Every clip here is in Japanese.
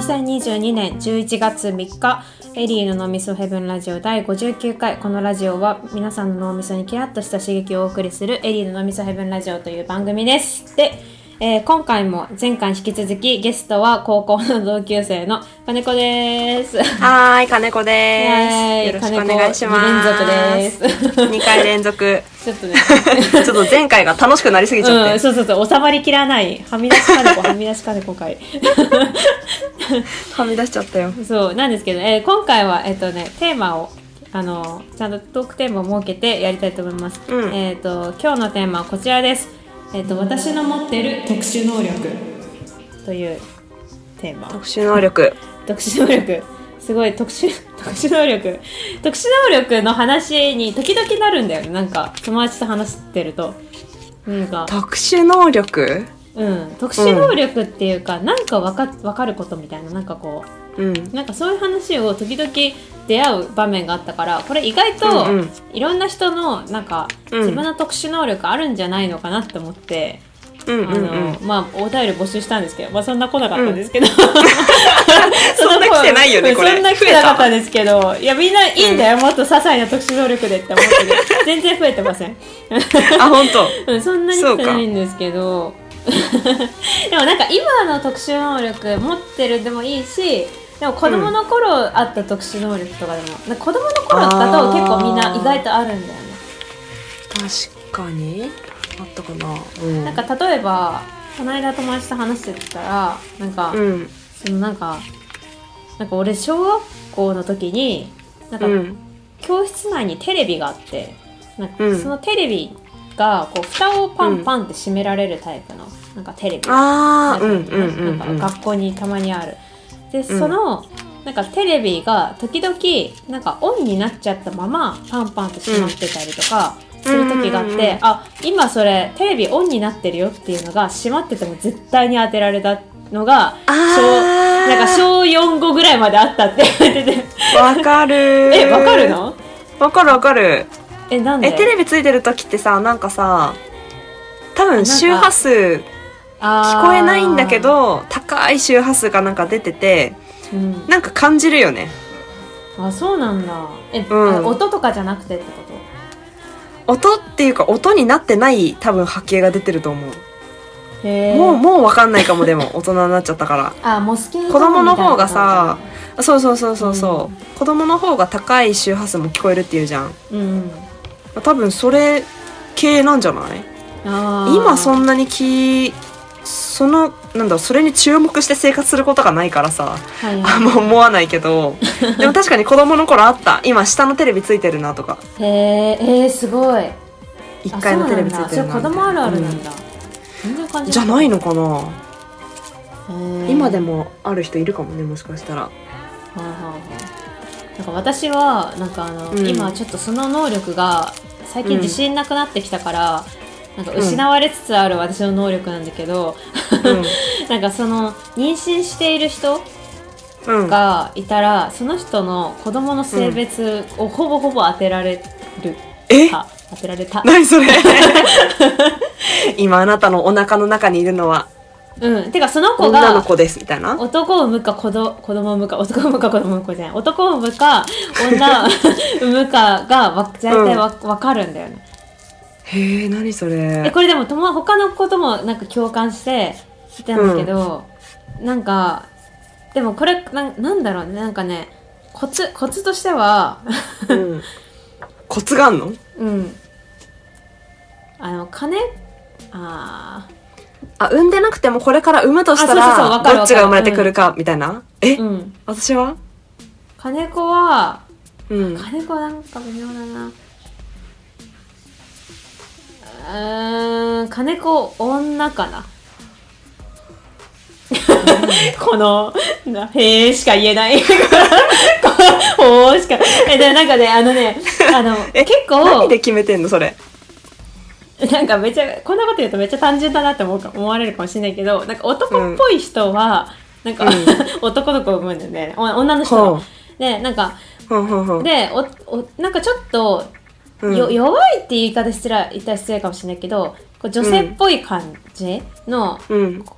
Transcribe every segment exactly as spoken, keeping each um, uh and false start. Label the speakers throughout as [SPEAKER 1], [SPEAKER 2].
[SPEAKER 1] せんにじゅうにねんじゅういちがつみっか、エリーの脳みそヘブンラジオだいごじゅうきゅうかい。このラジオは皆さんの脳みそにキラッとした刺激をお送りするエリーの脳みそヘブンラジオという番組です。で、えー、今回も前回引き続きゲストは高校の同級生の金子です。
[SPEAKER 2] はーい、金子です。よろしくお願いします。
[SPEAKER 1] 連続です。
[SPEAKER 2] にかい連続。
[SPEAKER 1] ちょっとね、
[SPEAKER 2] ちょっと前回が楽しくなりすぎちゃって、
[SPEAKER 1] うん、そうそうそう、収まりきらないはみ出し金子はみ出し金子会
[SPEAKER 2] はみ出しちゃったよ。
[SPEAKER 1] そうなんですけど、えー、今回はえっとねテーマをあのちゃんとトークテーマを設けてやりたいと思います。
[SPEAKER 2] うん、
[SPEAKER 1] えっと今日のテーマはこちらです。えっと私の持っている特殊能力というテーマ。
[SPEAKER 2] 特殊能力。
[SPEAKER 1] 特殊能力。すごい特殊特殊能力特殊能力の話に時々なるんだよね。なんか友達と話してるとなんか
[SPEAKER 2] 特殊能力、
[SPEAKER 1] うん、特殊能力っていうか、うん、なんかわか分かることみたいな、なんかこう、うん、なんかそういう話を時々出会う場面があったから、これ意外といろんな人のなんか、うん、自分の特殊能力あるんじゃないのかなって思って、うんうんうん、あのまあお便り募集したんですけど、まあそんな来なかったんですけど、うん、
[SPEAKER 2] そんな来てないよねこれ。
[SPEAKER 1] そんな来てなかったんですけど、いやみんないいんだよ、うん、もっと些細な特殊能力でって思ってる全然増えてません
[SPEAKER 2] あ、本当、
[SPEAKER 1] うん、そんなに来てないんですけどでもなんか今の特殊能力持ってるでもいいし、でも子供の頃あった特殊能力とかでも、うん、子供の頃だと結構みんな意外とあるんだよね。
[SPEAKER 2] 確かにあったかな、うん、
[SPEAKER 1] なんか例えばこの間友達と話してたらなんか、うん、そのなんかなんか俺小学校の時になんか、うん、教室内にテレビがあって、なんかそのテレビがこう蓋をパンパンって閉められるタイプの、うん、なんかテレビ、
[SPEAKER 2] あー、うんうんうんうん、
[SPEAKER 1] なんか学校にたまにある。で、その、うん、なんかテレビが時々なんかオンになっちゃったままパンパンって閉まってたりとか、うん、する時があって、うんうんうん、あ、今それテレビオンになってるよっていうのが閉まってても絶対に当てられたのが小なんか小よん、ごぐらいまであったって言ってて
[SPEAKER 2] わかる
[SPEAKER 1] え、わかるの？
[SPEAKER 2] わかるわかる。
[SPEAKER 1] え、なんで？
[SPEAKER 2] え、テレビついてる時ってさ、なんかさ、多分周波数聞こえないんだけど高い周波数がなんか出てて、うん、なんか感じるよね。
[SPEAKER 1] あ、そうなんだ。え、うん、音とかじゃなくてってこと？
[SPEAKER 2] 音っていうか音になってない多分波形が出てると思う。
[SPEAKER 1] へー、
[SPEAKER 2] もうもう分かんないかも。でも大人になっちゃったから
[SPEAKER 1] あ、モスキー
[SPEAKER 2] 子供の方がさ、そうそうそうそうそう、うん、子供の方が高い周波数も聞こえるっていうじゃん、うん、多分それ系なんじゃない？あ、今そんなにきそのなんだそれに注目して生活することがないからさ、はいはい、あんま思わないけどでも確かに子供の頃あった。今下のテレビついてるなとか。
[SPEAKER 1] へー、えー、すごい。
[SPEAKER 2] いっかいのテレビついてるな。
[SPEAKER 1] それ子供あるあるなんだ、うん、そんな感じ
[SPEAKER 2] じゃないのかな。今でもある人いるかもね、もしかしたら。は
[SPEAKER 1] あはあ、なんか私はなんかあの、うん、今ちょっとその能力が最近自信なくなってきたから、うん、なんか失われつつある私の能力なんだけど、うん、なんかその妊娠している人がいたら、うん、その人の子供の性別をほぼほぼ当てられる、
[SPEAKER 2] え
[SPEAKER 1] た当てられた。
[SPEAKER 2] 何それ今あなたのお腹の中にいるのは、
[SPEAKER 1] うん、てかその子が
[SPEAKER 2] 女の子ですみたいな。
[SPEAKER 1] 男を産むか子ど子供を産むか男を産むか子供を産むかじゃない、男を産むか女を産むかが大体わ、うん、分かるんだよね。
[SPEAKER 2] へえ、何それ。
[SPEAKER 1] え、これでもとも他のこともなんか共感して言ってたんだけど、うん、なんかでもこれ な, なんだろうね、なんかね、コツコツとしては、
[SPEAKER 2] うん、コツがあんの？
[SPEAKER 1] うん、あの金あ
[SPEAKER 2] あ、産んでなくてもこれから産むとしたら、そうそうそう、どっちが生まれてくるかみたいな、うん、え、うん、私は
[SPEAKER 1] 金子は、
[SPEAKER 2] うん、
[SPEAKER 1] 金子なんか微妙だな。うーん、金子女かなこのへーしか言えないほーしかえでなんかね、あのね、あの結構
[SPEAKER 2] 何で決めてんのそれ。
[SPEAKER 1] なんかめちゃこんなこと言うとめっちゃ単純だなって思うか思われるかもしれないけど、なんか男っぽい人は、うん、なんか、うん、男の子を産むんだよね、女の人で、なんかでおおなんかちょっと、うん、よ弱いって言い方したら言ったら失礼かもしれないけど、こう女性っぽい感じの、うん、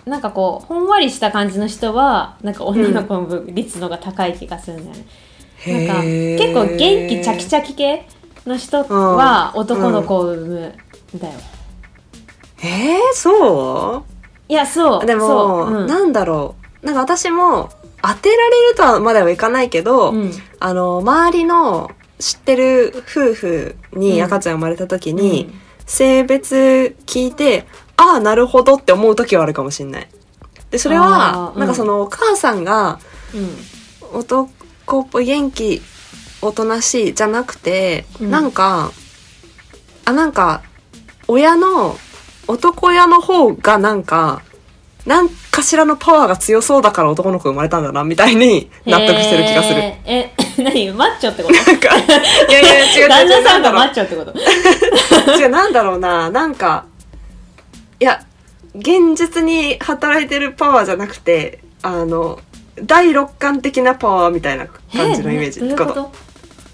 [SPEAKER 1] なんかこうほんわりした感じの人はなんか女の子の率のが高い気がするんだよね、うん、なんか結構元気チャキチャキ系の人は男の子を産むんだよ、
[SPEAKER 2] うん、えー、そう
[SPEAKER 1] いやそう
[SPEAKER 2] でも
[SPEAKER 1] そう、
[SPEAKER 2] うん、なんだろうなんか私も当てられるとはまではいかないけど、うん、あの周りの知ってる夫婦に赤ちゃん生まれた時に、うん、性別聞いてああなるほどって思う時はあるかもしれない。でそれは、うん、なんかそのお母さんが、うん、男っぽい元気おとなしいじゃなくて、うん、なんかあなんか親の男親の方がなんか何かしらのパワーが強そうだから男の子生まれたんだなみたいに納得してる気がする。
[SPEAKER 1] えー、え何マッチョってこと
[SPEAKER 2] なんかいやいや違う違う
[SPEAKER 1] 旦那さんがマッチョってこと
[SPEAKER 2] 違うなんだろうななんかいや現実に働いてるパワーじゃなくてあの第六感的なパワーみたいな感じのイメージ、えー、どういうこと？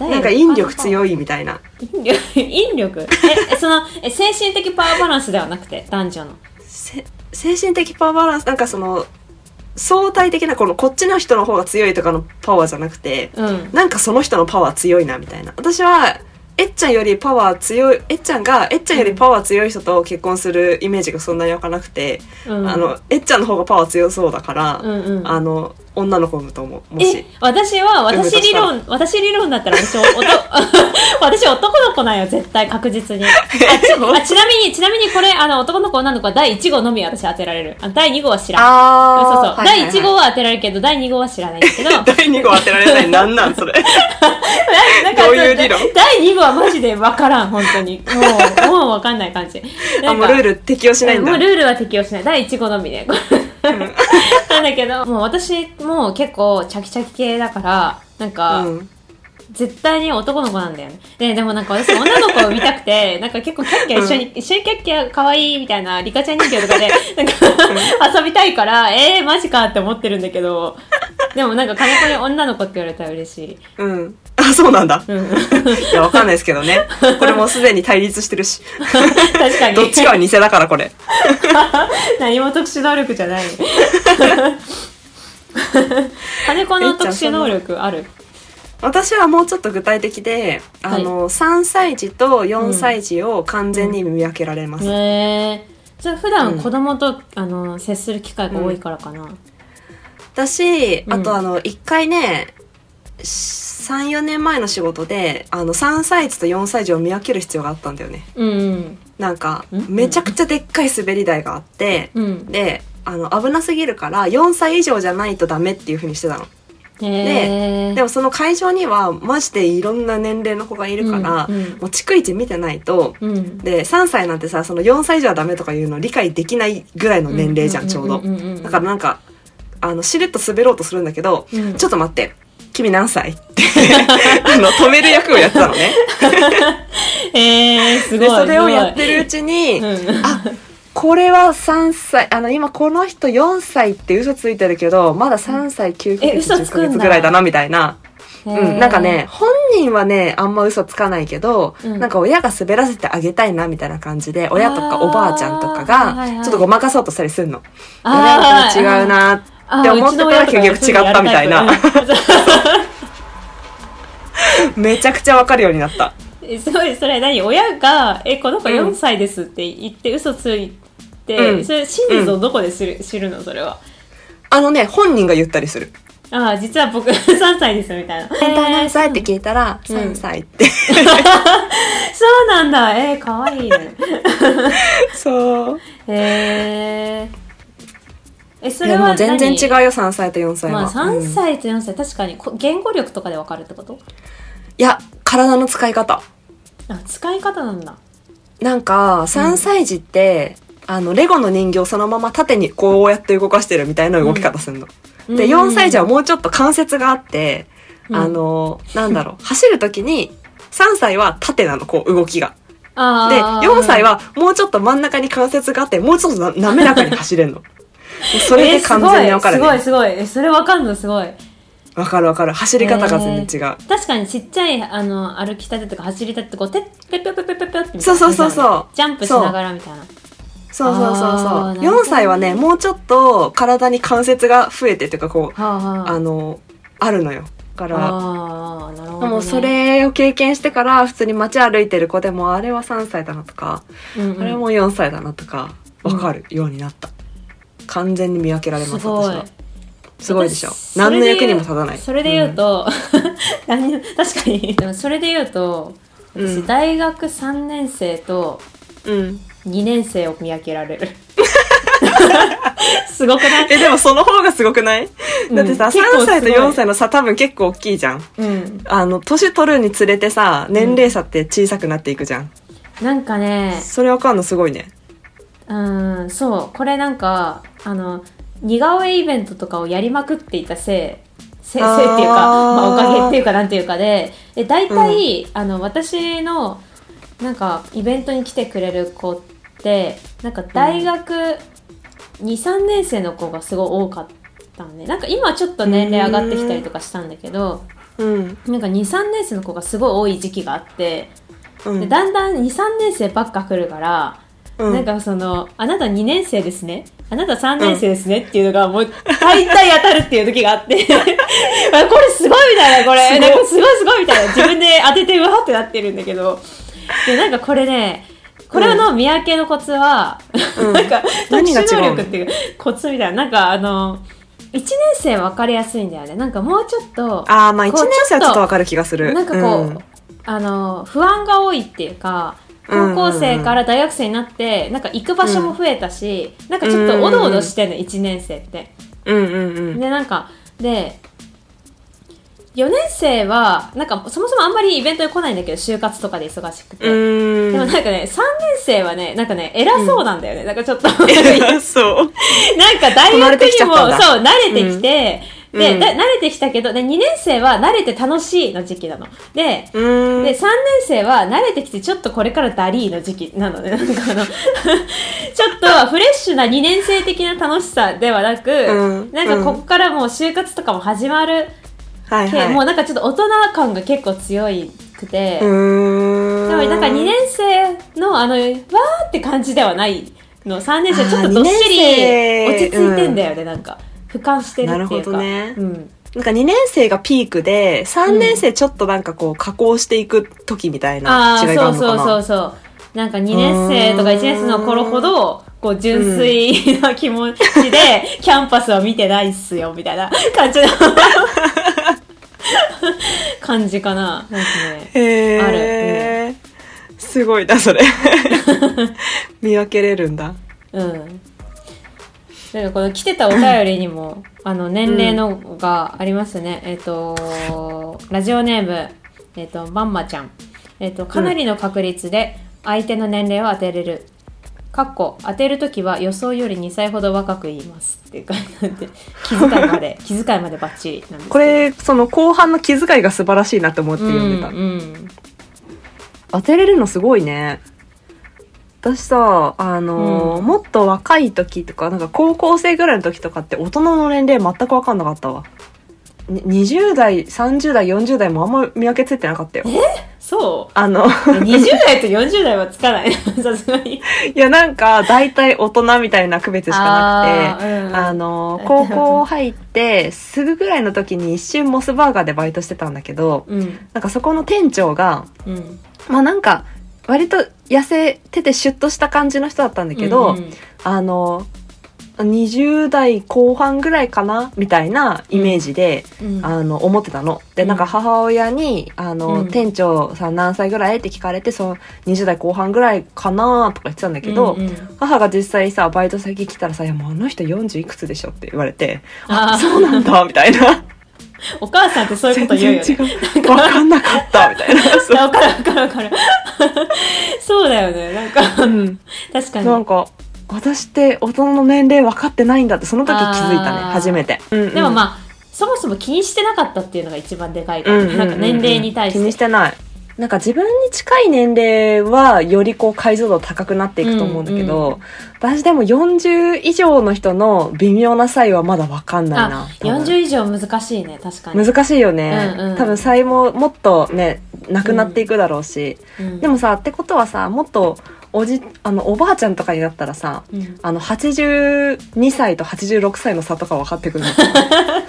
[SPEAKER 2] なんか引力強いみたいな
[SPEAKER 1] 引力引力えそのえ精神的パワーバランスではなくて男女の
[SPEAKER 2] 精神的パワーバランスなんかその相対的なこのこっちの人の方が強いとかのパワーじゃなくて、うん、なんかその人のパワー強いなみたいな。私はえっちゃんよりパワー強いえっちゃんがえっちゃんよりパワー強い人と結婚するイメージがそんなに湧かなくて、うん、あのえっちゃんの方がパワー強そうだから、うんうん、あの女の子産むと思う。もし
[SPEAKER 1] え私は私理論私理論だったら私おと私男の子なんよ絶対確実に。あ ち, あちなみにちなみにこれあの男の子女の子はだいいち号のみ私当てられる。あだいに号は知らん。あそうそう、はいはいはい、だいいち号は当てられるけどだいに号は知らないんだけど
[SPEAKER 2] だいに号当てられないなんなんそれなんかどういう理論？
[SPEAKER 1] だいに号はマジで分からん本当にもうもう分かんない感じ。
[SPEAKER 2] あもうルール適用しないんだ。
[SPEAKER 1] もうルールは適用しない。だいいち号のみで、ね、なんだけどもう私も結構チャキチャキ系だからなんか、うん、絶対に男の子なんだよね。ででもなんか私女の子を見たくてなんか結構キャッキャ一緒に、うん、一緒にキャッキャ可愛いみたいなリカちゃん人形とかでなんか遊びたいからえーマジかって思ってるんだけどでもなんか金子に女の子って言われたら嬉しい。
[SPEAKER 2] うんあそうなんだ、うん、いやわかんないですけどねこれもうすでに対立してるし
[SPEAKER 1] 確かに
[SPEAKER 2] どっちかは偽だからこれ
[SPEAKER 1] 何も特殊能力じゃない金子の特殊能力ある？
[SPEAKER 2] 私はもうちょっと具体的であの、はい、さんさい児とよんさい児を完全に見分けられます、うん、
[SPEAKER 1] へーじゃあ普段子供と、うん、あの接する機会が多いからかな、うん、
[SPEAKER 2] 私あとあの一回ねさん、よねんまえの仕事であのさんさい児とよんさい児を見分ける必要があったんだよね、うんうん、なんか、うんうん、めちゃくちゃでっかい滑り台があって、うん、であの危なすぎるからよんさい以上じゃないとダメっていう風にしてたの。で, でもその会場にはマジでいろんな年齢の子がいるから、うんうん、もう逐一見てないと、うん、でさんさいなんてさそのよんさい以上はダメとかいうの理解できないぐらいの年齢じゃん、うん、ちょうど、うんうんうんうん、だからなんかあのしれっと滑ろうとするんだけど、うん、ちょっと待って君何歳ってあの止める役をやってたのね
[SPEAKER 1] えー、すごい
[SPEAKER 2] でそれをやってるうちに、うん、あこれはさんさいあの今この人よんさいって嘘ついてるけどまださんさいきゅうかげつじゅっかげつぐらいだなみたいな、うん、なんかね本人はねあんま嘘つかないけど、うん、なんか親が滑らせてあげたいなみたいな感じで親とかおばあちゃんとかがちょっとごまかそうとしたりするの。あ違うなって思ってたら結局違ったみたいなめちゃくちゃ分かるようになった。
[SPEAKER 1] えすごいそれ何親がえこの子よんさいですって言って嘘ついて、うん、それ真実をどこで知る、うん、知るのそれは。
[SPEAKER 2] あのね本人が言ったりする。
[SPEAKER 1] ああ実は僕さんさいですみたいな。
[SPEAKER 2] 本当は何歳って聞いたら、うん、さんさいって
[SPEAKER 1] そうなんだえー、かわいいね
[SPEAKER 2] そう
[SPEAKER 1] へえーえそれは
[SPEAKER 2] 全然違うよさんさいとよんさいは、
[SPEAKER 1] まあ、さんさいとよんさい、うん、確かに言語力とかで分かるってこと？
[SPEAKER 2] いや体の使い方。
[SPEAKER 1] あ使い方なんだ。
[SPEAKER 2] なんかさんさい児って、うん、あのレゴの人形そのまま縦にこうやって動かしてるみたいな動き方するの、うん、でよんさい児はもうちょっと関節があって、うん、あのなんだろう走る時にさんさいは縦なのこう動きがでよんさいはもうちょっと真ん中に関節があってもうちょっとな滑らかに走れるのそれで完全に分かるね。
[SPEAKER 1] えー、すごいすごいそれ分かるのすごい
[SPEAKER 2] 分かる分かる走り方が全然違う、
[SPEAKER 1] えー、確かにちっちゃいあの歩きたてとか走りたてとかペッペッペッペッペッペッってみたいな
[SPEAKER 2] そうそうそうそう
[SPEAKER 1] ジャンプしながらみたいな
[SPEAKER 2] そうそうそうそう。よんさいはね、もうちょっと体に関節が増えてっていうかこう、はあはあ、あのあるのよ。だから、あ、なるほどね、もうそれを経験してから普通に街歩いてる子でもあれはさんさいだなとか、うんうん、あれはもうよんさいだなとか分かるようになった。うん、完全に見分けられます。私は。すごいでしょ。何の役にも立たない。
[SPEAKER 1] それで言うと、うん、確かに。でもそれで言うと、私大学さんねん生とにねん生を見分けられる。すごくない？
[SPEAKER 2] え、でもその方がすごくない？うん、だってさ、さんさいとよんさいの差多分結構大きいじゃん。うん。あの、年取るにつれてさ、年齢差って小さくなっていくじゃん。
[SPEAKER 1] うん、なんかね。
[SPEAKER 2] それわかんのすごいね。
[SPEAKER 1] うん、そう。これなんか、あの、似顔絵イベントとかをやりまくっていたせい、せい、せいっていうか、まあ、おかげっていうかなんていうかで、え、大体、うん、あの、私の、なんか、イベントに来てくれる子って、なんか大学、うんに、さんねん生の子がすごい多かったんで、なんか今ちょっと年齢上がってきたりとかしたんだけど、うん、なんかに、さんねん生の子がすごい多い時期があって、うん、でだんだんに、さんねん生ばっか来るから、うん、なんかその、あなたにねん生ですね、あなたさんねん生ですねっていうのがもう大体当たるっていう時があって、これすごいみたいな、これ、なんかすごいすごいみたいな、自分で当ててうわってなってるんだけど、で、なんかこれね、これの見分けのコツは、うん、なんか特殊能力っていうコツみたいな、なんかあのいちねん生は分かりやすいんだよね。なんかもうちょっと、
[SPEAKER 2] ああ、まあいちねん生はちょっと分かる気がする。
[SPEAKER 1] なんかこう、うん、あの不安が多いっていうか、高校生から大学生になって、なんか行く場所も増えたし、うん、なんかちょっとおどおどしてんの、いちねん生って。うんうんうん。でなんかで。よねん生はなんかそもそもあんまりイベントで来ないんだけど、就活とかで忙しくて、でもなんかねさんねん生はねなんかね偉そうなんだよね、うん、なんかちょっと偉そうなんか大学にもそう慣れてきて、うん、で、うん、慣れてきたけどでにねん生は慣れて楽しいの時期なので、うん、でさんねん生は慣れてきてちょっとこれからダリーの時期なので、なんかあのちょっとフレッシュなにねん生的な楽しさではなく、うん、なんかここからもう就活とかも始まる、はいはい、もうなんかちょっと大人感が結構強くて、うーん、でもなんかにねん生のあのわーって感じではないの。さんねん生ちょっとどっしり落ち着いてんだよね、うん、なんか俯瞰してるっていうか。なるほどね、うん、
[SPEAKER 2] なんかにねん生がピークでさんねん生ちょっとなんかこう加工していく時みたいな違いがあるのかな。
[SPEAKER 1] あ、そうそうそうそう。なんかにねん生とかいちねん生の頃ほどこう純粋な気持ちでキャンパスを見てないっすよみたいな感じの感じかな。なんかね、
[SPEAKER 2] へー、ある、うん、すごいなそれ見分けれるんだ。うん。
[SPEAKER 1] だからこの来てたお便りにもあの年齢のがありますね、うん、えっ、ー、とラジオネーム、えっ、ー、とバンマちゃん、えっ、ー、とかなりの確率で相手の年齢を当てれる、かっこ当てるときは予想よりにさいほど若く言いますって書いてあって、気遣いまで気遣いまでバッチリなんですけど、
[SPEAKER 2] これその後半の気遣いが素晴らしいなと思って読んでた、うんうん、当てれるのすごいね。私さ、あのーうん、もっと若い時とかなんか高校生ぐらいの時とかって大人の年齢全く分かんなかったわ。にじゅう代さんじゅう代よんじゅう代もあんま見分けついてなかったよ。
[SPEAKER 1] えそう
[SPEAKER 2] あの
[SPEAKER 1] にじゅう代とよんじゅう代はつかないさすがに。い
[SPEAKER 2] やなんか大体大人みたいな区別しかなくて、あ、うん、あの高校入ってすぐぐらいの時に一瞬モスバーガーでバイトしてたんだけど、うん、なんかそこの店長が、うん、まあなんか割と痩せててシュッとした感じの人だったんだけど、うんうん、あのにじゅう代後半ぐらいかなみたいなイメージで、うん、あの思ってたので、なんか母親にあの、うん、店長さん何歳ぐらいって聞かれて、そのにじゅう代後半ぐらいかなとか言ってたんだけど、うんうん、母が実際さバイト先来たらさ、いやもうあの人よんじゅういくつでしょって言われて、ああそうなんだみたいな。
[SPEAKER 1] お母さんってそういうこと言うよね。
[SPEAKER 2] 分かんなかったみたいな。
[SPEAKER 1] 分かる分かる分かる。そうだよね。なんか、うん、確かに。
[SPEAKER 2] なんか私って大人の年齢分かってないんだってその時気づいたね、初めて、うんうん、
[SPEAKER 1] でもまあそもそも気にしてなかったっていうのが一番でかいから、うんうんうんうん、なんか年齢に対して
[SPEAKER 2] 気にしてない。なんか自分に近い年齢はよりこう解像度高くなっていくと思うんだけど、うんうん、私でもよんじゅう以上の人の微妙な差異はまだ分かんないな。
[SPEAKER 1] あ、よんじゅう以上難しいね。確かに
[SPEAKER 2] 難しいよね、うんうん、多分差異ももっとねなくなっていくだろうし、うんうん、でもさってことはさもっとおじあのおばあちゃんとかになったらさ、
[SPEAKER 1] うん、
[SPEAKER 2] あのはちじゅうにさいとはちじゅうろくさいの差とか分かってくるの確
[SPEAKER 1] か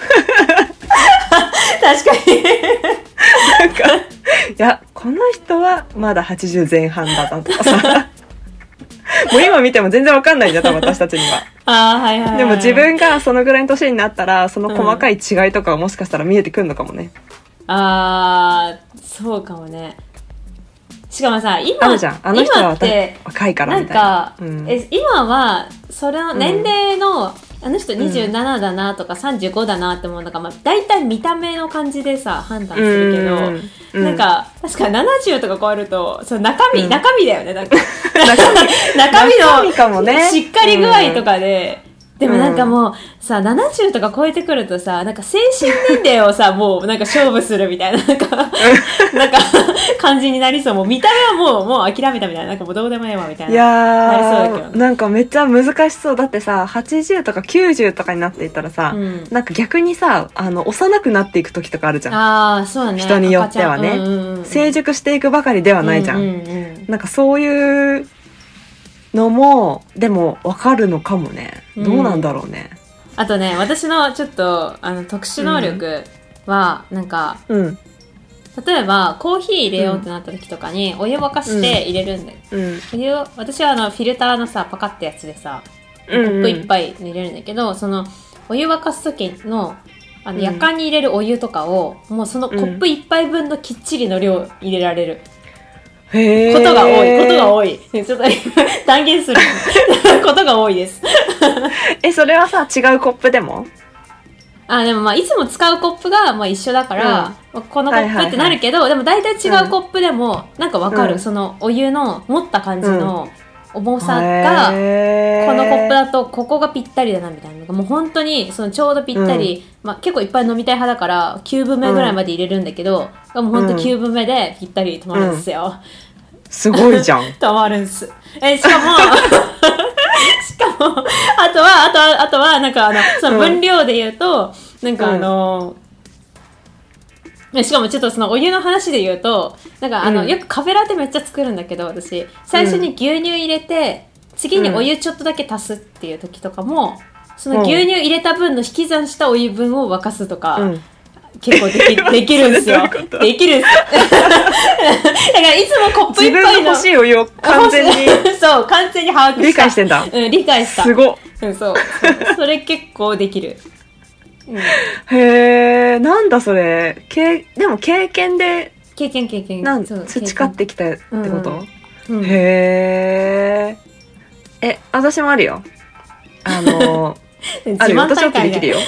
[SPEAKER 1] に
[SPEAKER 2] なんかいやこの人はまだはちじゅうぜん半だなとかさもう今見ても全然分かんないんだ多分私たちには
[SPEAKER 1] あ、はいはいはい、
[SPEAKER 2] でも自分がそのぐらいの年になったらその細かい違いとかがもしかしたら見えてくるのかもね、
[SPEAKER 1] うん、あーそうかもね。しかもさ今
[SPEAKER 2] あるじゃんあの人は若いからみたいな。
[SPEAKER 1] なんか、うん、え今はそれの年齢の、うん、あの人にじゅうななだなとかさんじゅうごだなって思うのが、まあ、大体見た目の感じでさ判断するけど、うんうん、なんか確かななじゅうとか超えるとその中身、うん、中身だよねなんか中身の
[SPEAKER 2] 中身かも、ね、
[SPEAKER 1] しっかり具合とかで、うん、でもなんかもうさななじゅうとか超えてくるとさなんか精神年齢をさもうなんか勝負するみたいななんかなんか感じになりそう。もう見た目はもうもう諦めたみたいななんかもうどうでもええわみたいな。いや
[SPEAKER 2] なりそうだけど、ね、なんかめっちゃ難しそうだってさはちじゅうとかきゅうじゅうとかになっていったらさ、うん、なんか逆にさあの幼くなっていく時とかあるじゃん。
[SPEAKER 1] あーそうだね。
[SPEAKER 2] 人によってはね、うんうんうん、成熟していくばかりではないじゃん、うんうんうん、なんかそういうのもでも分かるのかもね。どうなんだろうね、
[SPEAKER 1] うん、あとね私のちょっとあの特殊能力は、うん、なんか、うん、例えばコーヒー入れようってなった時とかにお湯沸かして入れるんだよ、うん、お湯を私はあのフィルターのさパカってやつでさコップいっぱい入れるんだけど、うんうん、そのお湯沸かす時のあのやかんに入れるお湯とかを、うん、もうそのコップいっぱい分のきっちりの量入れられる、
[SPEAKER 2] へー
[SPEAKER 1] ことが多いことが多いちょっと断言することが多いです
[SPEAKER 2] えそれはさ違うコップでも
[SPEAKER 1] あでもまあいつも使うコップがまあ一緒だから、うん、このコップってなるけど、はいはいはい、でも大体違うコップでもなんかわかる、うん、そのお湯の持った感じの重さが、うん、このコップだとここがぴったりだなみたいなもう本当にそのちょうどぴったり、うんまあ、結構いっぱい飲みたい派だからきゅうぶんめぐらいまで入れるんだけど、うん、もう本当きゅうぶんめでぴったり止まるんですよ、
[SPEAKER 2] うん、すごいじゃん
[SPEAKER 1] 止まるんですえしかもしかもあとはあとはあとはなんかあのその分量で言うと、うん、なんかあの、うん、しかもちょっとそのお湯の話で言うとなんかあの、うん、よくカフェラテめっちゃ作るんだけど私最初に牛乳入れて、うん、次にお湯ちょっとだけ足すっていう時とかも、うん、その牛乳入れた分の引き算したお湯分を沸かすとか、うん結構できできるんですよ。できるんですよ。だからいつもコップいっぱいの
[SPEAKER 2] 自分の欲しいお湯を完全に
[SPEAKER 1] そう完全に把握した。
[SPEAKER 2] 理解してんだ。
[SPEAKER 1] うん理解した。
[SPEAKER 2] すごっ。
[SPEAKER 1] うんそう。それ結構できる。
[SPEAKER 2] うん、へえなんだそれ。けでも経験で
[SPEAKER 1] 経験経験
[SPEAKER 2] なん培ってきたってこと？
[SPEAKER 1] うんうん、
[SPEAKER 2] へえ。え私もあるよ。あのあるよ私だってできるよ。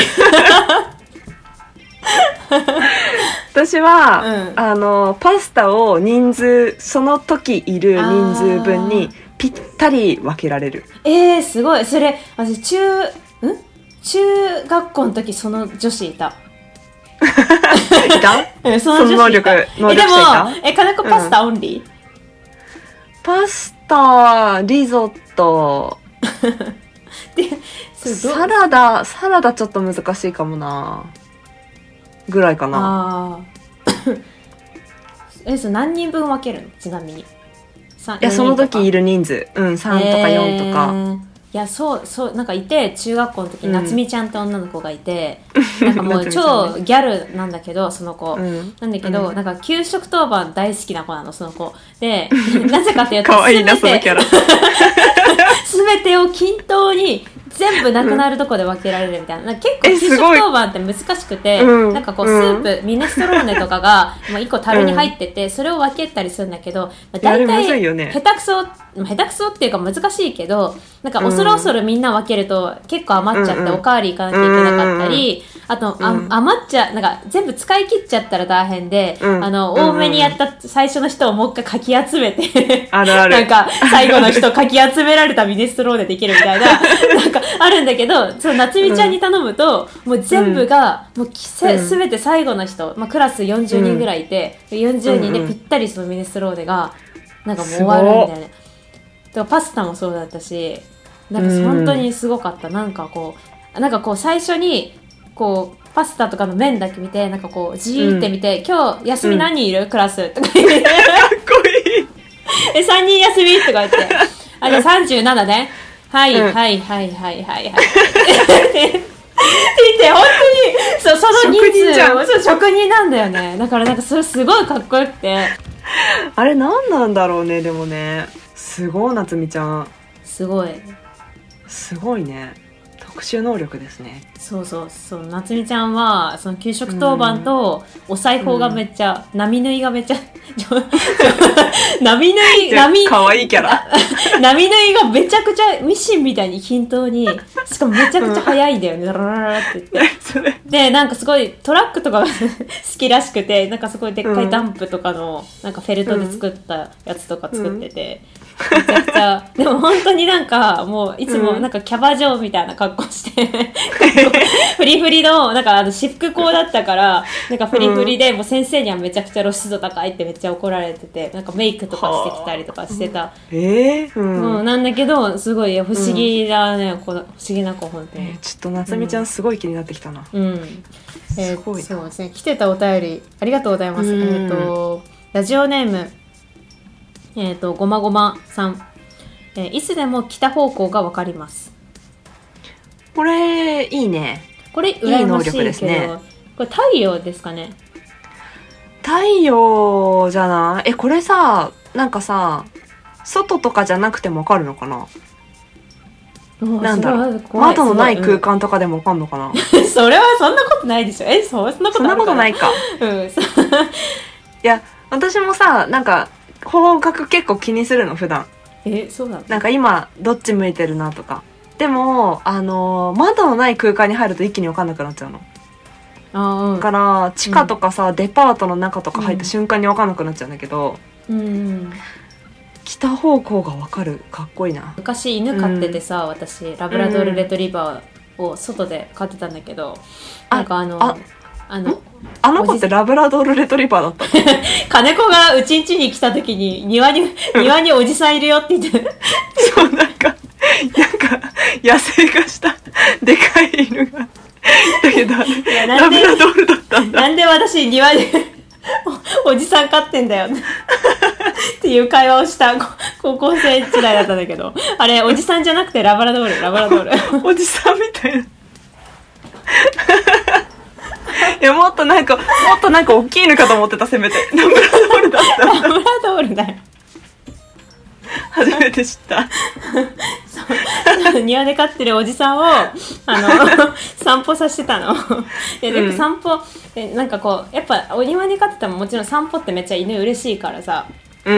[SPEAKER 2] 私は、うん、あのパスタを人数その時いる人数分にぴったり分けられる。
[SPEAKER 1] えー、すごいそれ私中ん中学校の時その女子いた
[SPEAKER 2] いた、
[SPEAKER 1] うん、その女子いた。
[SPEAKER 2] その能力能力者いた。
[SPEAKER 1] えでもえ金子パスタオンリー、うん、
[SPEAKER 2] パスタリゾット
[SPEAKER 1] で
[SPEAKER 2] サラダサラダちょっと難しいかもなぐらいかな。
[SPEAKER 1] あえそれ何人分分けるのちなみに。い
[SPEAKER 2] やその時いる人数うんさんとかよんとか、えー、
[SPEAKER 1] いやそうそうなんかいて中学校の時、うん、夏美ちゃんって女の子がいてなんかもう超ギャルなんだけどその子、うん、なんだけど、うん、なんか給食当番大好きな子なのその子でなぜかっていうと
[SPEAKER 2] かわいいなそのキャラ
[SPEAKER 1] 全てを均等に全部なくなるとこで分けられるみたいな、うん、結構給食当番って難しくて、うん、なんかこうスープ、うん、ミネストローネとかがまあいっこ樽に入ってて、うん、それを分けたりするんだけど、まあ、大体、ね、下手くそ下手くそっていうか難しいけどなんか恐る恐るみんな分けると結構余っちゃっておかわり行かなきゃいけなかったり、うん、あと、うん、あ余っちゃなんか全部使い切っちゃったら大変で、うん、あの多めにやった最初の人をもう一回かき集めて
[SPEAKER 2] あるある
[SPEAKER 1] なんか最後の人かき集められたミネストローネできるみたいななんかあるんだけどその夏美ちゃんに頼むと、うん、もう全部が、うん、もうせ、うん、全て最後の人、まあ、クラスよんじゅうにんぐらいいて、うん、よんじゅうにんでぴったりそのミネストローネがなんかもう終わるみたいな。だからパスタもそうだったしなんか本当にすごかった、うん、なんかこうなんかこう最初にこうパスタとかの麺だけ見てなんかこうじーって見て、うん、今日休み何人いる、うん、クラスとか言ってかっこ
[SPEAKER 2] いい
[SPEAKER 1] えさんにん休みとか言ってあじゃあさんじゅうななねはい、うん、はいはいはいはいはいって言って本当にそうその人数そう職人なんだよね。だからなんかそれすごいかっこよくて
[SPEAKER 2] あれ何なんだろうね。でもねすごい夏美ちゃん
[SPEAKER 1] すごい
[SPEAKER 2] すごいね特殊能力ですね。
[SPEAKER 1] そうそうそう夏美ちゃんはその給食当番とお裁縫がめっちゃ、うん、波縫いがめっちゃ波縫い波
[SPEAKER 2] かわいいキャラ
[SPEAKER 1] 波縫いがめちゃくちゃミシンみたいに均等にしかもめちゃくちゃ速いんだよね、うん、ララララって言ってでなんかすごいトラックとかが好きらしくてなんかすごいでっかいダンプとかのなんかフェルトで作ったやつとか作ってて、うん、めちゃくちゃでも本当になんかもういつもなんかキャバ嬢みたいな格好してフリフリのなんかあの私服校だったからなんかフリフリでもう先生にはめちゃくちゃ露出度高いってめっちゃ怒られててなんかメイクとかしてきたりとかしてた、
[SPEAKER 2] えーうん
[SPEAKER 1] うん、なんだけどすごい不思議だね、うん、この不思議な子本当に、
[SPEAKER 2] えー、ちょっと夏美ちゃんすごい気になってきたな、
[SPEAKER 1] うんうんえー、すごいそうですね来てたお便りありがとうございます、うん、えーとラジオネームえーとごまごまさん、えー、いつでも北方向が分かります。
[SPEAKER 2] これいいね。
[SPEAKER 1] これ羨ましいけどいい能力ですね。これ太陽ですかね。
[SPEAKER 2] 太陽じゃない？えこれさなんかさ外とかじゃなくても分かるのかな。なんだろう窓のない空間とかでも分かんのかな、うん、
[SPEAKER 1] それはそんなことないでしょ。えそんなことあるかな。
[SPEAKER 2] そんなことないか、うん、いや私もさなんか方角結構気にするの普段。
[SPEAKER 1] えそうなの。
[SPEAKER 2] なんか今どっち向いてるなとか。でもあのー、窓のない空間に入ると一気に分かんなくなっちゃうの。
[SPEAKER 1] あ、うん、
[SPEAKER 2] だから地下とかさ、うん、デパートの中とか入った瞬間に分かんなくなっちゃうんだけど、
[SPEAKER 1] うんうん、
[SPEAKER 2] 北方向が分かるかっこいいな。
[SPEAKER 1] 昔犬飼っててさ、うん、私ラブラドールレトリバーを外で飼ってたんだけど、うん、なんかあの
[SPEAKER 2] ああのあの子ってラブラドールレトリバーだった
[SPEAKER 1] 金子がうちんちに来た時に庭に庭におじさんいるよって言って
[SPEAKER 2] そうなんかなんか野生化したでかい犬がだけどラブラドールだったんだ。
[SPEAKER 1] なんで私庭でお, おじさん飼ってんだよっていう会話をした高校生時代だったんだけどあれおじさんじゃなくてラブラドールラブラドー
[SPEAKER 2] ルおじさんみたいないやもっとなんかもっとなんか大きいのかと思ってた。せめてラブラドールだったんだ。
[SPEAKER 1] ラブラドールだよ。
[SPEAKER 2] 初めて知った
[SPEAKER 1] そう庭で飼ってるおじさんをあの散歩させてたのでで散歩、うん、なんかこうやっぱお庭に飼っててももちろん散歩ってめっちゃ犬嬉しいからさ、
[SPEAKER 2] うん、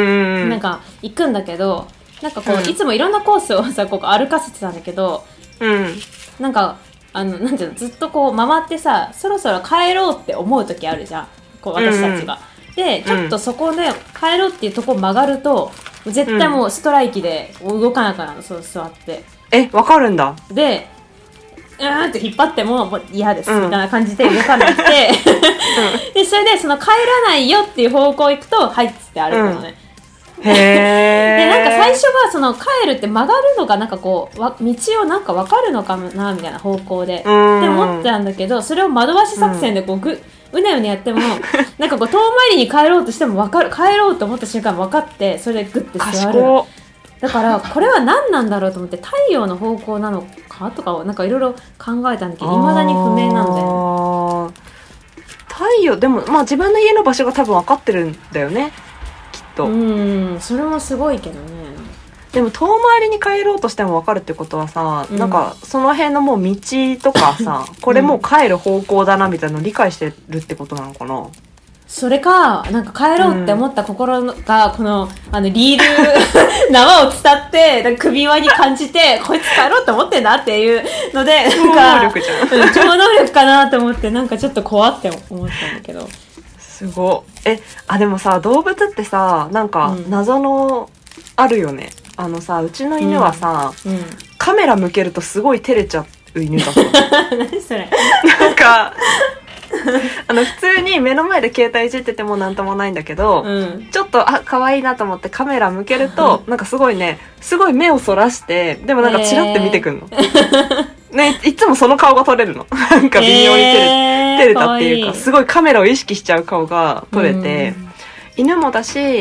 [SPEAKER 1] なんか行くんだけどなんかこう、うん、いつもいろんなコースをさここ歩かせてたんだけど、
[SPEAKER 2] うん、
[SPEAKER 1] なんかあのなんていうのずっとこう回ってさそろそろ帰ろうって思う時あるじゃんこう私たちが、うん、でちょっとそこで帰ろうっていうとこ曲がると絶対もうストライキで動かなくなるの。そう座って
[SPEAKER 2] えわかるんだ。
[SPEAKER 1] でうーんって引っ張ってももう嫌です、うん、みたいな感じで動かなくて、うん、でそれでその帰らないよっていう方向行くとはいっつって歩くのね、
[SPEAKER 2] うん、へ
[SPEAKER 1] でなんか最初はその帰るって曲がるのがなんかこうわ道をなんか分かるのかなみたいな方向でって思ってたんだけどそれを惑わし作戦でこうぐ、うんうねうねやってもなんかこう遠回りに帰ろうとしても分かる帰ろうと思った瞬間分かってそれでグッて座る。だからこれは何なんだろうと思って太陽の方向なのかとかをなんかいろいろ考えたんだけど未だに不明なんだよ。
[SPEAKER 2] 太陽でもまあ自分の家の場所が多分分かってるんだよねきっと。
[SPEAKER 1] うんそれもすごいけどね。
[SPEAKER 2] でも遠回りに帰ろうとしても分かるってことはさ、うん、なんかその辺のもう道とかさこれもう帰る方向だなみたいなのを理解してるってことなのかな。
[SPEAKER 1] それかなんか帰ろうって思った心がこの、あのリール縄を伝って首輪に感じてこいつ帰ろうって思ってんだっていうので
[SPEAKER 2] 超能力じゃん、
[SPEAKER 1] うん、超能力かなと思ってなんかちょっと怖って思ったんだけど
[SPEAKER 2] すごい。えあでもさ動物ってさなんか謎のあるよね、うん、あのさうちの犬はさ、うんうん、カメラ向けるとすごい照れちゃう犬だった
[SPEAKER 1] 何それ
[SPEAKER 2] なんかあの普通に目の前で携帯いじっててもなんともないんだけど、うん、ちょっとあ可愛いなと思ってカメラ向けるとなんかすごいねすごい目をそらしてでもなんかチラって見てくんの、えー、ねいつもその顔が撮れるのなんか微妙に照れ、えー、照れたっていうかすごいカメラを意識しちゃう顔が撮れて、うん、犬もだし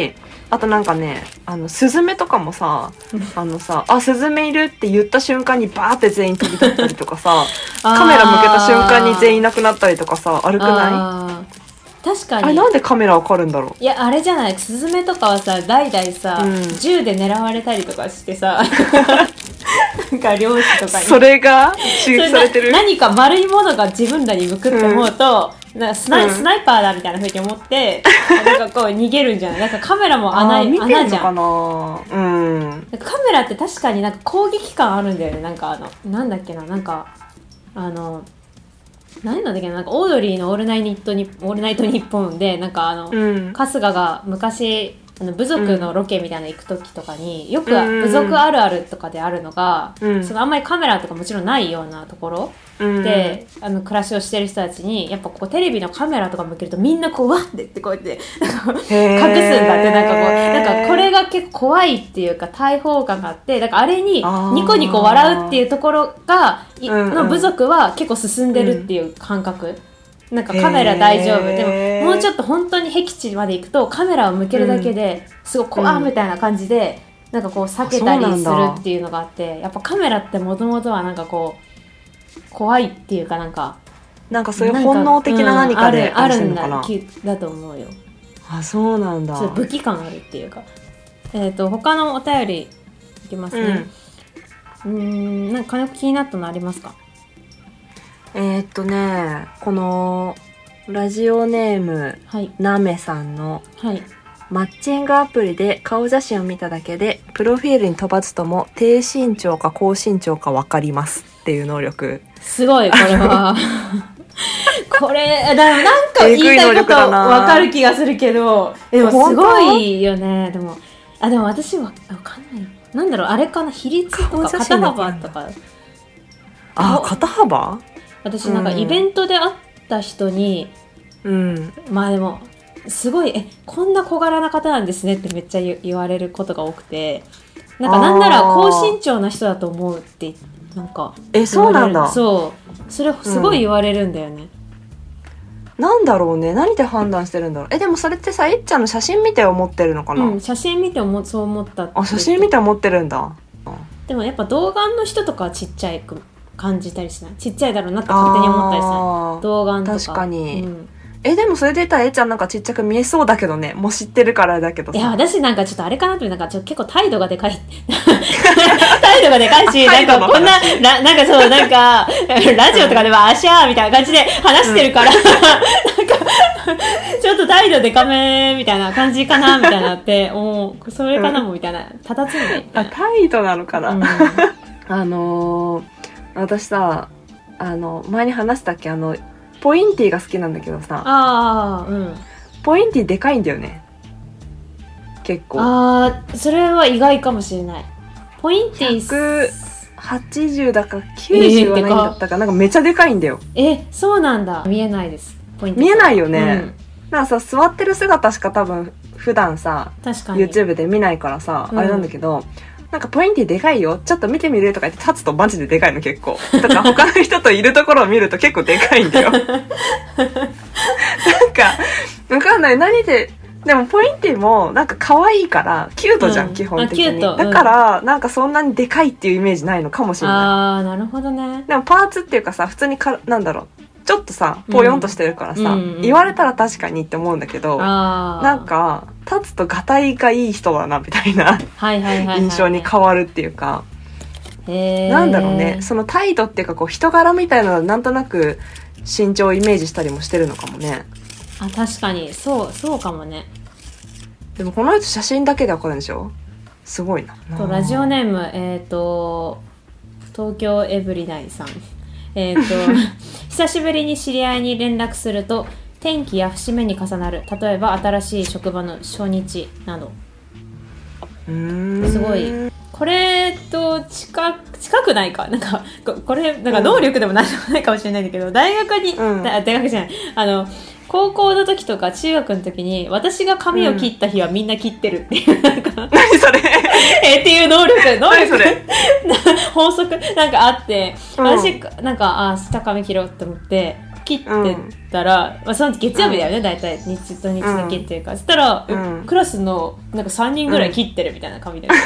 [SPEAKER 2] あとなんかね、あのスズメとかもさあのさあスズメいるって言った瞬間にバーって全員飛び立ったりとかさカメラ向けた瞬間に全員いなくなったりとかさ、悪くない？
[SPEAKER 1] 確かに。
[SPEAKER 2] あれなんでカメラわかるんだろう。
[SPEAKER 1] いやあれじゃない、スズメとかはさ代々さ、うん、銃で狙われたりとかしてさなんか漁師とかに
[SPEAKER 2] それが刺激されてる。
[SPEAKER 1] 何か丸いものが自分らに向くって思うと、うん、なんかスナイ、うん、スナイパーだみたいな風に思ってなんかこう逃げるんじゃない。なんかカメラも穴穴じゃん。
[SPEAKER 2] 見てんのかな、うん、
[SPEAKER 1] なんかカメラって確かになんか攻撃感あるんだよね。なんかあのなんだっけな、なんかあの何なんだっけな、なんかオードリーのオールナイトニオールナイトニッポンでなんかあの、うん、春日が昔あの部族のロケみたいなの行く時とかに、うん、よく部族あるあるとかであるのが、うん、そのあんまりカメラとかもちろんないようなところ、うん、であの暮らしをしてる人たちにやっぱこうテレビのカメラとか向けるとみんなこうわってってこうやって隠すんだって、なんかこうなんかこれが結構怖いっていうか対抗感があって、だからあれにニコニコ笑うっていうところがの部族は結構進んでるっていう感覚、うんうん、なんかカメラ大丈夫でももうちょっと本当に僻地まで行くとカメラを向けるだけですごい怖いみたいな感じでなんかこう避けたりするっていうのがあって、やっぱカメラってもともとはなんかこう怖いっていうかなんか
[SPEAKER 2] なんかそういう本能的な何かで、
[SPEAKER 1] うん、あるんだだと思うよ。
[SPEAKER 2] あ、そうなんだ。
[SPEAKER 1] ちょっと武器感あるっていうか。えっと他のお便りいきますね。うん、うーんなんか金子気になったのありますか？
[SPEAKER 2] えー、っとねこのラジオネーム、はい、なめさんの、はい、マッチングアプリで顔写真を見ただけでプロフィールに飛ばずとも低身長か高身長か分かりますっていう能力。
[SPEAKER 1] すごいこれはこれだなんか言いたいこと分かる気がするけどでもすごいよね。でもあでも私は分かんないなんだろうあれかな比率とか肩幅とか。
[SPEAKER 2] あ肩幅
[SPEAKER 1] 私なんかイベントで会った人に、うん、まあでもすごいえこんな小柄な方なんですねってめっちゃ言われることが多くて、なんかなんなら高身長な人だと思うってなんか
[SPEAKER 2] えそうなんだ。
[SPEAKER 1] そうそれすごい言われるんだよね、
[SPEAKER 2] うん、なんだろうね何で判断してるんだろう。えでもそれってさえっちゃんの写真見て思ってるのかな。
[SPEAKER 1] うん写真見てもそう思ったって。
[SPEAKER 2] あ写真見て思ってるんだ。
[SPEAKER 1] でもやっぱ童顔の人とかはちっちゃい感じたりしない。ちっちゃいだろうなって勝手に思ったりしない。童顔とか
[SPEAKER 2] 確かに、うん、えでもそれで言ったらえっちゃんなんかちっちゃく見えそうだけどね。もう知ってるからだけどさ。
[SPEAKER 1] いや私なんかちょっとあれかなってなんかちょっと結構態度がでかい態度がでかいしなんかこんなななんかそうなんかラジオとかではあしゃーみたいな感じで話してるから、うん、なんかちょっと態度でかめみたいな感じかなみたいなっておそれかなもみたいなたたつんでみたいな。
[SPEAKER 2] あ態度なのかな、うん、あのー、私さあの前に話したっけあのポインティが好きなんだけどさ
[SPEAKER 1] あ、うん、
[SPEAKER 2] ポインティでかいんだよね結構。
[SPEAKER 1] あそれは意外かもしれない。ポインティ
[SPEAKER 2] ひゃくはちじゅうだかきゅうじゅうはないんだったか、えー、なんかめちゃでかいんだよ。
[SPEAKER 1] えそうなんだ。見えないです。ポインティ
[SPEAKER 2] 見えないよね、うん、なんかさ座ってる姿しか多分普段さ確かに YouTube で見ないからさ、うん、あれなんだけどなんかポインティでかいよちょっと見てみるとか言って立つとマジででかいの結構。だから他の人といるところを見ると結構でかいんだよなんかわかんない何ででもポインティもなんか可愛いからキュートじゃん、うん、基本的に、うん、だからなんかそんなにでかいっていうイメージないのかもしれない。
[SPEAKER 1] あーなるほどね。
[SPEAKER 2] でもパーツっていうかさ普通にかなんだろうちょっとさポヨンとしてるからさ、うん、言われたら確かにって思うんだけど、うん、なんか立つとガタイがいい人だなみたいな印象に変わるっていうか、なんだろうねその態度っていうかこう人柄みたいなのなんとなく身長をイメージしたりもしてるのかもね。
[SPEAKER 1] あ確かにそうそうかもね。
[SPEAKER 2] でもこの人写真だけでわかるんでしょ。すごいな。
[SPEAKER 1] とラジオネームえっ、ー、と東京エブリナイさんえっと久しぶりに知り合いに連絡すると天気や節目に重なる例えば新しい職場の初日など。うーんすごいこれと近く近くないかなんかこれなんか能力でもなんでもないかもしれないんだけど、うん、大学に、うん、大学じゃないあの高校の時とか中学の時に私が髪を切った日はみんな切ってるっていう、うん、なんか
[SPEAKER 2] 何それ
[SPEAKER 1] えっていう能力能力それ法則なんかあって、うん、私なんかあ明日髪切ろうって思って切ってたら、うんまあ、その月曜日だよね、うん、大体日と日で切ってるから、うん、そしたら、うん、クラスのなんかさんにんぐらい切ってるみたいな紙で、うん、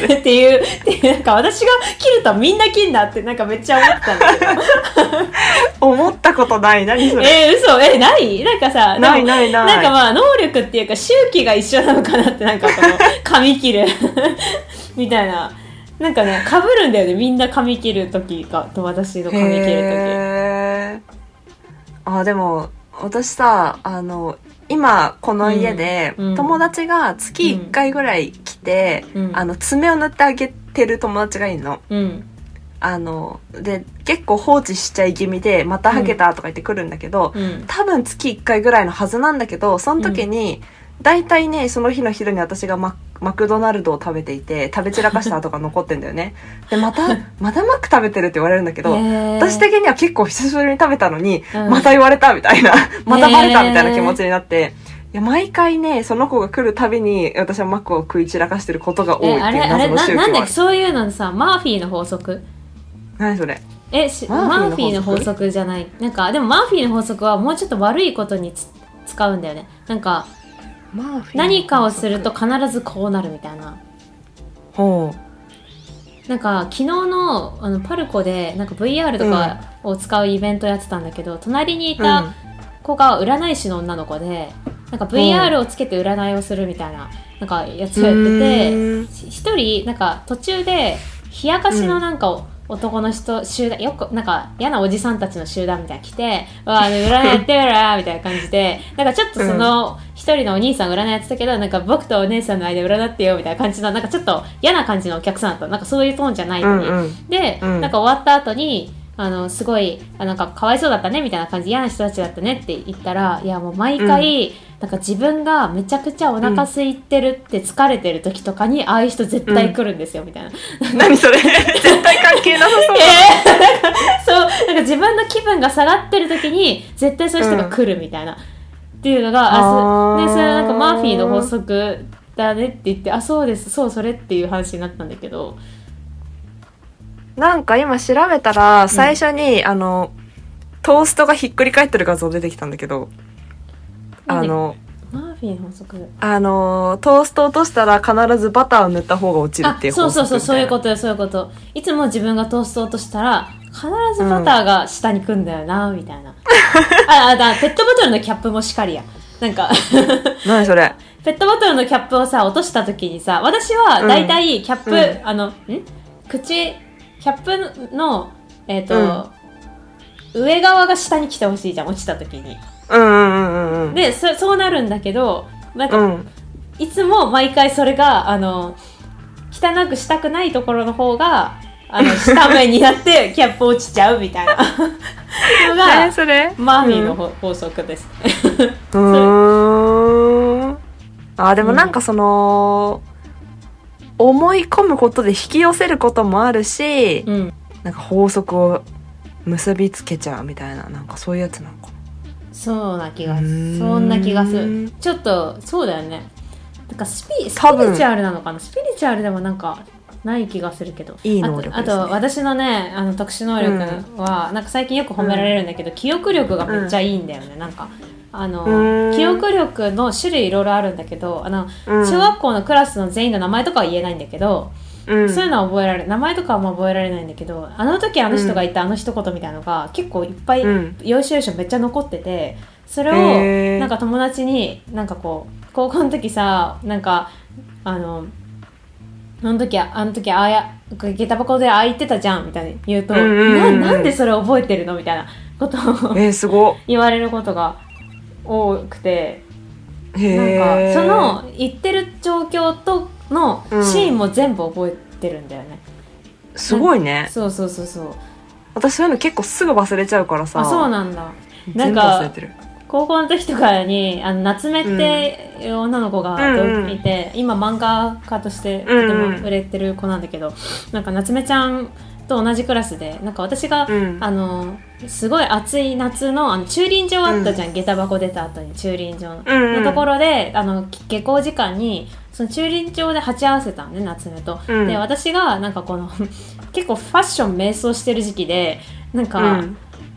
[SPEAKER 1] っていうっていうなんか私が切るとみんな切んなってなんかめっちゃ思ったんだけど
[SPEAKER 2] 思ったことない。何それ。
[SPEAKER 1] えー、嘘えないなんかさ
[SPEAKER 2] ないないない
[SPEAKER 1] なんかまあ能力っていうか周期が一緒なのかなってなんかこの髪切るみたいななんかね被るんだよねみんな髪切る時がと私の髪切る時。
[SPEAKER 2] へーあでも私さあの今この家で、うん、友達が月いっかいぐらい来て、うん、あの爪を塗ってあげてる友達がいるの、うん、あので結構放置しちゃい気味でまたハゲたとか言ってくるんだけど、うん、多分月いっかいぐらいのはずなんだけどその時に、うん、だいたいねその日の昼に私がママクドナルドを食べていて食べ散らかした跡が残ってんだよねでまたまだマック食べてるって言われるんだけど私的には結構久しぶりに食べたのに、うん、また言われたみたいなまたバレたみたいな気持ちになっていや毎回ねその子が来るたびに私はマックを食い散らかしてることが多いっていう謎の宗教はある。
[SPEAKER 1] なんだっけそういうのさマーフィーの法則
[SPEAKER 2] 何それ
[SPEAKER 1] えマーフィーの法則じゃないなんかでもマーフィーの法則はもうちょっと悪いことにつ使うんだよねなんか何かをすると必ずこうなるみたいな
[SPEAKER 2] ほ
[SPEAKER 1] うなんか昨日 の, あのパルコでなんか ブイアール とかを使うイベントやってたんだけど、うん、隣にいた子が占い師の女の子でなんか ブイアール をつけて占いをするみたいななんかやつをやってて一人なんか途中で冷やかしのなんかを、うん男の人集団よくなんか嫌なおじさんたちの集団みたいな来てわあ、ね、占いやってるらみたいな感じでなんかちょっとその一人のお兄さん占いやってたけどなんか僕とお姉さんの間占ってよみたいな感じのなんかちょっと嫌な感じのお客さんだったなんかそういうトーンじゃないのに、うんうん、で、うん、なんか終わった後にあのすごいあなんかかわいそうだったねみたいな感じ嫌な人たちだったねって言ったらいやもう毎回、うん、なんか自分がめちゃくちゃお腹空いてるって疲れてる時とかに、うん、ああいう人絶対来るんですよ、うん、みたいな
[SPEAKER 2] 何それ絶対関係なさそう、
[SPEAKER 1] えー、なんかそうなんか自分の気分が下がってる時に絶対そういう人が来るみたいな、うん、っていうのがああ、ね、それはなんかマーフィーの法則だねって言ってあそうですそうそれっていう話になったんだけど
[SPEAKER 2] なんか今調べたら最初に、うん、あのトーストがひっくり返ってる画像出てきたんだけどあの
[SPEAKER 1] マーフィーの法則
[SPEAKER 2] あのトースト落としたら必ずバターを塗った方が落ちるっていう法則みたいな。
[SPEAKER 1] そうそうそうそういうことよそういうこといつも自分がトースト落としたら必ずバターが下にくんだよな、うん、みたいなああだペットボトルのキャップもしかりやなんか
[SPEAKER 2] 何それ
[SPEAKER 1] ペットボトルのキャップをさ落とした時にさ私はだいたいキャップ、うん、あのん口キャップの、えーとうん、上側が下に来てほしいじゃん落ちた時に、
[SPEAKER 2] うんうんうんうん、
[SPEAKER 1] で そ, そうなるんだけどなんか、うん、いつも毎回それがあの汚くしたくないところの方があの下目になってキャップ落ちちゃうみたいなのが
[SPEAKER 2] それ
[SPEAKER 1] マーフィーの、うん、法則です
[SPEAKER 2] うーんあでもなんかその、うん、思い込むことで引き寄せることもあるし、うん、なんか法則を結びつけちゃうみたいななんかそういうやつなのかな
[SPEAKER 1] そうな気がするそんな気がするちょっとそうだよねなんかスピ、スピリチュアルなのかなスピリチュアルでもなんかない気がするけど
[SPEAKER 2] いい能力ですね。
[SPEAKER 1] あと、あと私のねあの特殊能力は、うん、なんか最近よく褒められるんだけど、うん、記憶力がめっちゃいいんだよね、うん、なんかあの記憶力の種類いろいろあるんだけどあの、うん、小学校のクラスの全員の名前とかは言えないんだけど、うん、そういうのは覚えられる名前とかはもう覚えられないんだけどあの時あの人が言ったあの一言みたいなのが結構いっぱい、うん、要所要所めっちゃ残っててそれをなんか友達になんかこう高校の時さなんかあのあの時あの時あや下駄箱でああ言ってたじゃんみたいに言うと、うんうんうん、な, なんでそれ覚えてるのみたいなことを、
[SPEAKER 2] えー、すご
[SPEAKER 1] 言われることが多くてなんかその言ってる状況とのシーンも全部覚えてるんだよね、
[SPEAKER 2] うん、すごいね
[SPEAKER 1] そうそうそうそう
[SPEAKER 2] 私そういうの結構すぐ忘れちゃうからさ
[SPEAKER 1] あそうなんだ
[SPEAKER 2] なんか全部忘れてる
[SPEAKER 1] 高校の時とかにあの夏目って女の子がいて、うん、今漫画家としてとても売れてる子なんだけど、うん、なんか夏目ちゃんと同じクラスでなんか私が、うん、あのすごい暑い夏 の, あの駐輪場あったじゃん、うん、下駄箱出た後に駐輪場 の,、うんうん、のところであの下校時間にその駐輪場で鉢合わせたんね夏目と、うん、で私がなんかこの結構ファッション迷走してる時期でなんか、うん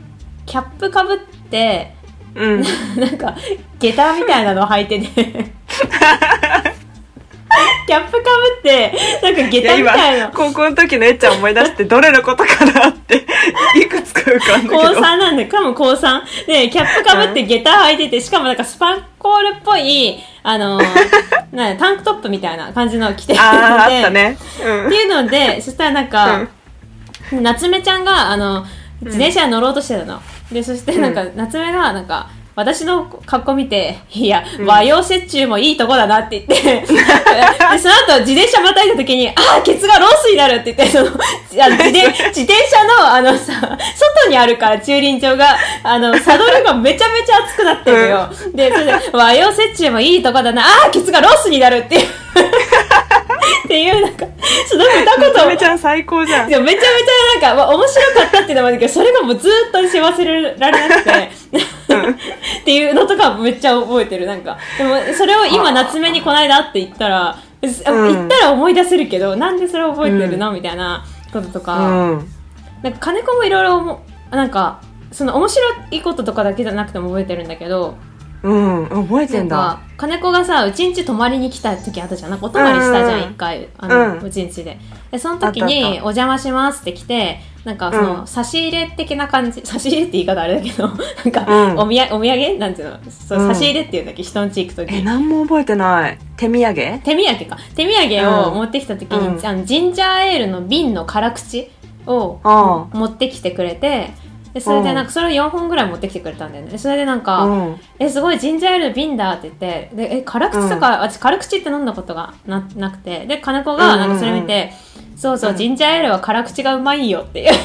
[SPEAKER 1] キャップかぶって、
[SPEAKER 2] うん、
[SPEAKER 1] なんか下駄みたいなのを履いててキャップかぶってなんか下駄みたいな、
[SPEAKER 2] 高校の時のえっちゃん思い出してどれのことかなっていくつか浮かんだけど
[SPEAKER 1] 高さんなんで、かも高さんでキャップかぶって下駄履いてて、しかもなんかスパンコールっぽいあのなんタンクトップみたいな感じの着てるので、
[SPEAKER 2] あ, あったね、うん、
[SPEAKER 1] っていうので、そしたらなんか、うん、夏目ちゃんがあの自転車に乗ろうとしてたの、うん、でそしてなんか、うん、夏目がなんか私の格好見て、いや、うん、和洋折衷もいいとこだなって言ってでその後自転車またいだ時に、ああケツがロースになるって言って、そのあの 自, 転自転車のあのさ外にあるから駐輪場があのサドルがめちゃめちゃ熱くなってるのよ、うん、でそれで和洋折衷もいいとこだな、ああケツがロースになるっていうっていうなんかその二言
[SPEAKER 2] めちゃめちゃ最高じゃん。
[SPEAKER 1] めちゃめちゃなんか、まあ、面白かったっていうのもあるけど、それがもうずっと私忘れられなくてっていうのとかめっちゃ覚えてる。なんかでもそれを今夏目にこの間って言ったら、うん、言ったら思い出せるけど、なんでそれを覚えてるの、うん、みたいなこととか、うん、なんか金子もいろいろなんかその面白いこととかだけじゃなくても覚えてるんだけど、
[SPEAKER 2] うん、覚えてんだ。
[SPEAKER 1] なんか金子がさうちんち泊まりに来た時あったじゃん。なんかお泊まりしたじゃん、一、うん、回あの、うん、うちんちで。でその時にお邪魔しますって来て、なんかその、うん、差し入れ的な感じ、差し入れって言い方あれだけどなんか、うん、おみやお土産なんていうの、そう、うん、差し入れっていうんだっけ、人んち行く時。
[SPEAKER 2] え、何も覚えてない。手土産？
[SPEAKER 1] 手土産か。手土産を持ってきた時に、うん、あのジンジャーエールの瓶の辛口を持ってきてくれて。でそれでなんかそれをよんほんぐらい持ってきてくれたんだよね。それでなんか、うん、えすごいジンジャーエール瓶だって言って、でえ辛口とか、うん、私辛口って飲んだことが な, なくて、で金子がなんかそれ見て、うんうんうん、そうそう、うん、ジンジャーエールは辛口がうまいよって言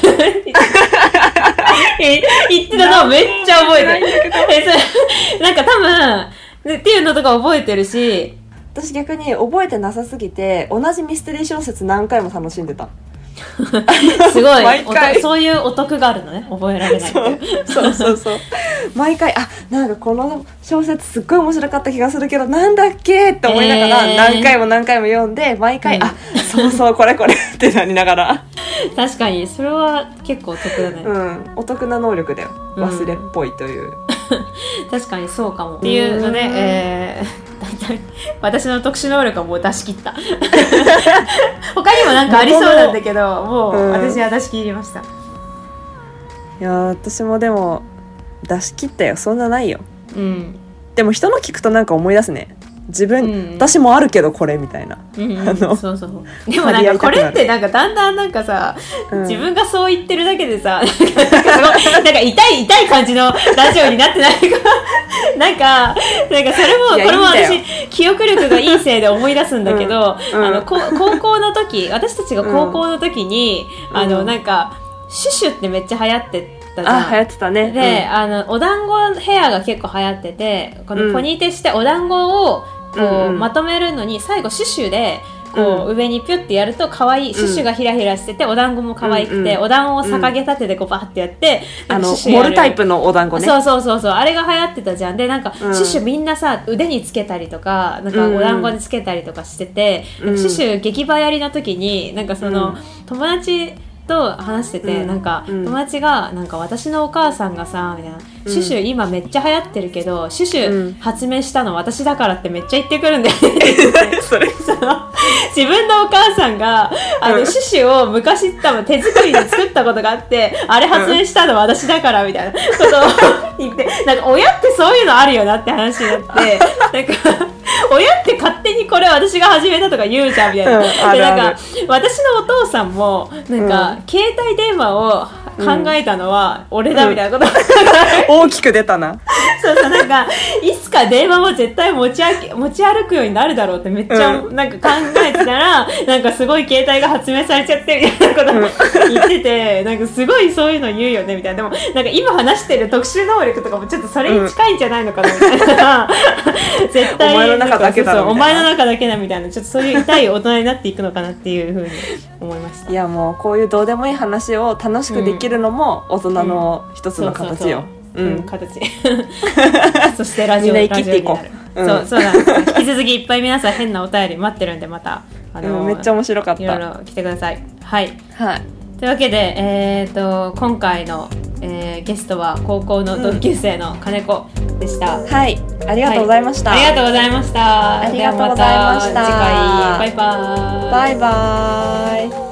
[SPEAKER 1] ってたのをめっちゃ覚えてる。えそれなんか多分っていうのとか覚えてるし、
[SPEAKER 2] 私逆に覚えてなさすぎて同じミステリー小説何回も楽しんでた。
[SPEAKER 1] すごいそういうお得があるのね、覚えられないっていう。
[SPEAKER 2] そうそうそう毎回あなんかこの小説すっごい面白かった気がするけどなんだっけって思いながら何回も何回も読んで、毎回、うん、あそうそうこれこれってなりながら
[SPEAKER 1] 確かにそれは結構お得だね。
[SPEAKER 2] うんお得な能力だよ、忘れっぽいという、うん、
[SPEAKER 1] 確かにそうかもっていうので、えー私の特殊能力はもう出し切った他にもなんかありそうなんだけど、もう私は出し切りました。い
[SPEAKER 2] や私もでも出し切ったよ。そんなないよ、
[SPEAKER 1] うん、
[SPEAKER 2] でも人の聞くとなんか思い出すね。自分、うん、私もあるけどこれみたいな、
[SPEAKER 1] うんうん、あのそうそうでもなんかこれってなんかだんだんなんかさ、うん、自分がそう言ってるだけでさなんかなんか痛い痛い感じのラジオになってないかなんかなんかそれもこれも私記憶力がいいせいで思い出すんだけど、うんうん、あの高校の時私たちが高校の時に、うん、あのなんかシュシュってめっちゃ流行って
[SPEAKER 2] あ流行ってたね。
[SPEAKER 1] で、
[SPEAKER 2] うん、
[SPEAKER 1] あのお団子ヘアが結構流行ってて、このポニーテしてお団子をこう、うん、まとめるのに最後シュシュでこう、うん、上にピュッてやると可愛い、シュシュがヒラヒラしててお団子も可愛くて、うん、お団子を逆毛立てでこうバーってやって、
[SPEAKER 2] うん、あのモルタイプのお団子ね。
[SPEAKER 1] そうそうそうそう、あれが流行ってたじゃん。でなんか、うん、シュシュみんなさ腕につけたりとかなんかお団子につけたりとかしてて、うん、シュシュ激映えやりの時になんかその、うん、友達と話してて、うん、なんか、うん、友達がなんか私のお母さんがさみたいな、うん、シュシュ今めっちゃ流行ってるけどシュシュ発明したの私だからってめっちゃ言ってくるんだよねそれその自分のお母さんがあの、うん、シュシュを昔多分手作りで作ったことがあってあれ発明したの私だからみたいなことを言ってなんか親ってそういうのあるよなって話になってなんか親って勝手にこれ私が始めたとか言うじゃんみたいな、うん、でなんか私のお父さんもなんか、うん、携帯電話を考えたのは俺だみたいなこと、
[SPEAKER 2] うん、大きく出たな
[SPEAKER 1] そうそうなんかいつか電話も絶対持ち歩持ち歩くようになるだろうってめっちゃなんか考えてたら、うん、なんかすごい携帯が発明されちゃってみたいなこと言ってて、うん、なんかすごいそういうの言うよねみたいな。でもなんか今話してる特殊能力とかもちょっとそれに近いんじゃないのかなみたいな、うん、絶対
[SPEAKER 2] お前の中だけだろみたいな、そうそうお
[SPEAKER 1] 前の中だけだみたいな、ちょっとそういう痛い大人になっていくのかなっていうふうに思いました。
[SPEAKER 2] いやもうこういうどうでもいい話を楽しくできるのも大人の一つの形よ。
[SPEAKER 1] うん、形そしてラジオ
[SPEAKER 2] みんな生きていこ
[SPEAKER 1] う、うん、そうそうなんです。引き続きいっぱい皆さん変なお便り待ってるんでまた
[SPEAKER 2] あの、うん、めっちゃ面白かった。
[SPEAKER 1] いろいろ来てください。はい、
[SPEAKER 2] はい、
[SPEAKER 1] というわけで、えー、と今回の、 えー、ゲストは高校の同級生の金子でした、
[SPEAKER 2] うん、はいありがとうございました、
[SPEAKER 1] はい、ありがとうございました。
[SPEAKER 2] ありがとうございました。
[SPEAKER 1] ではまた次回バイバーイ
[SPEAKER 2] バイバーイ。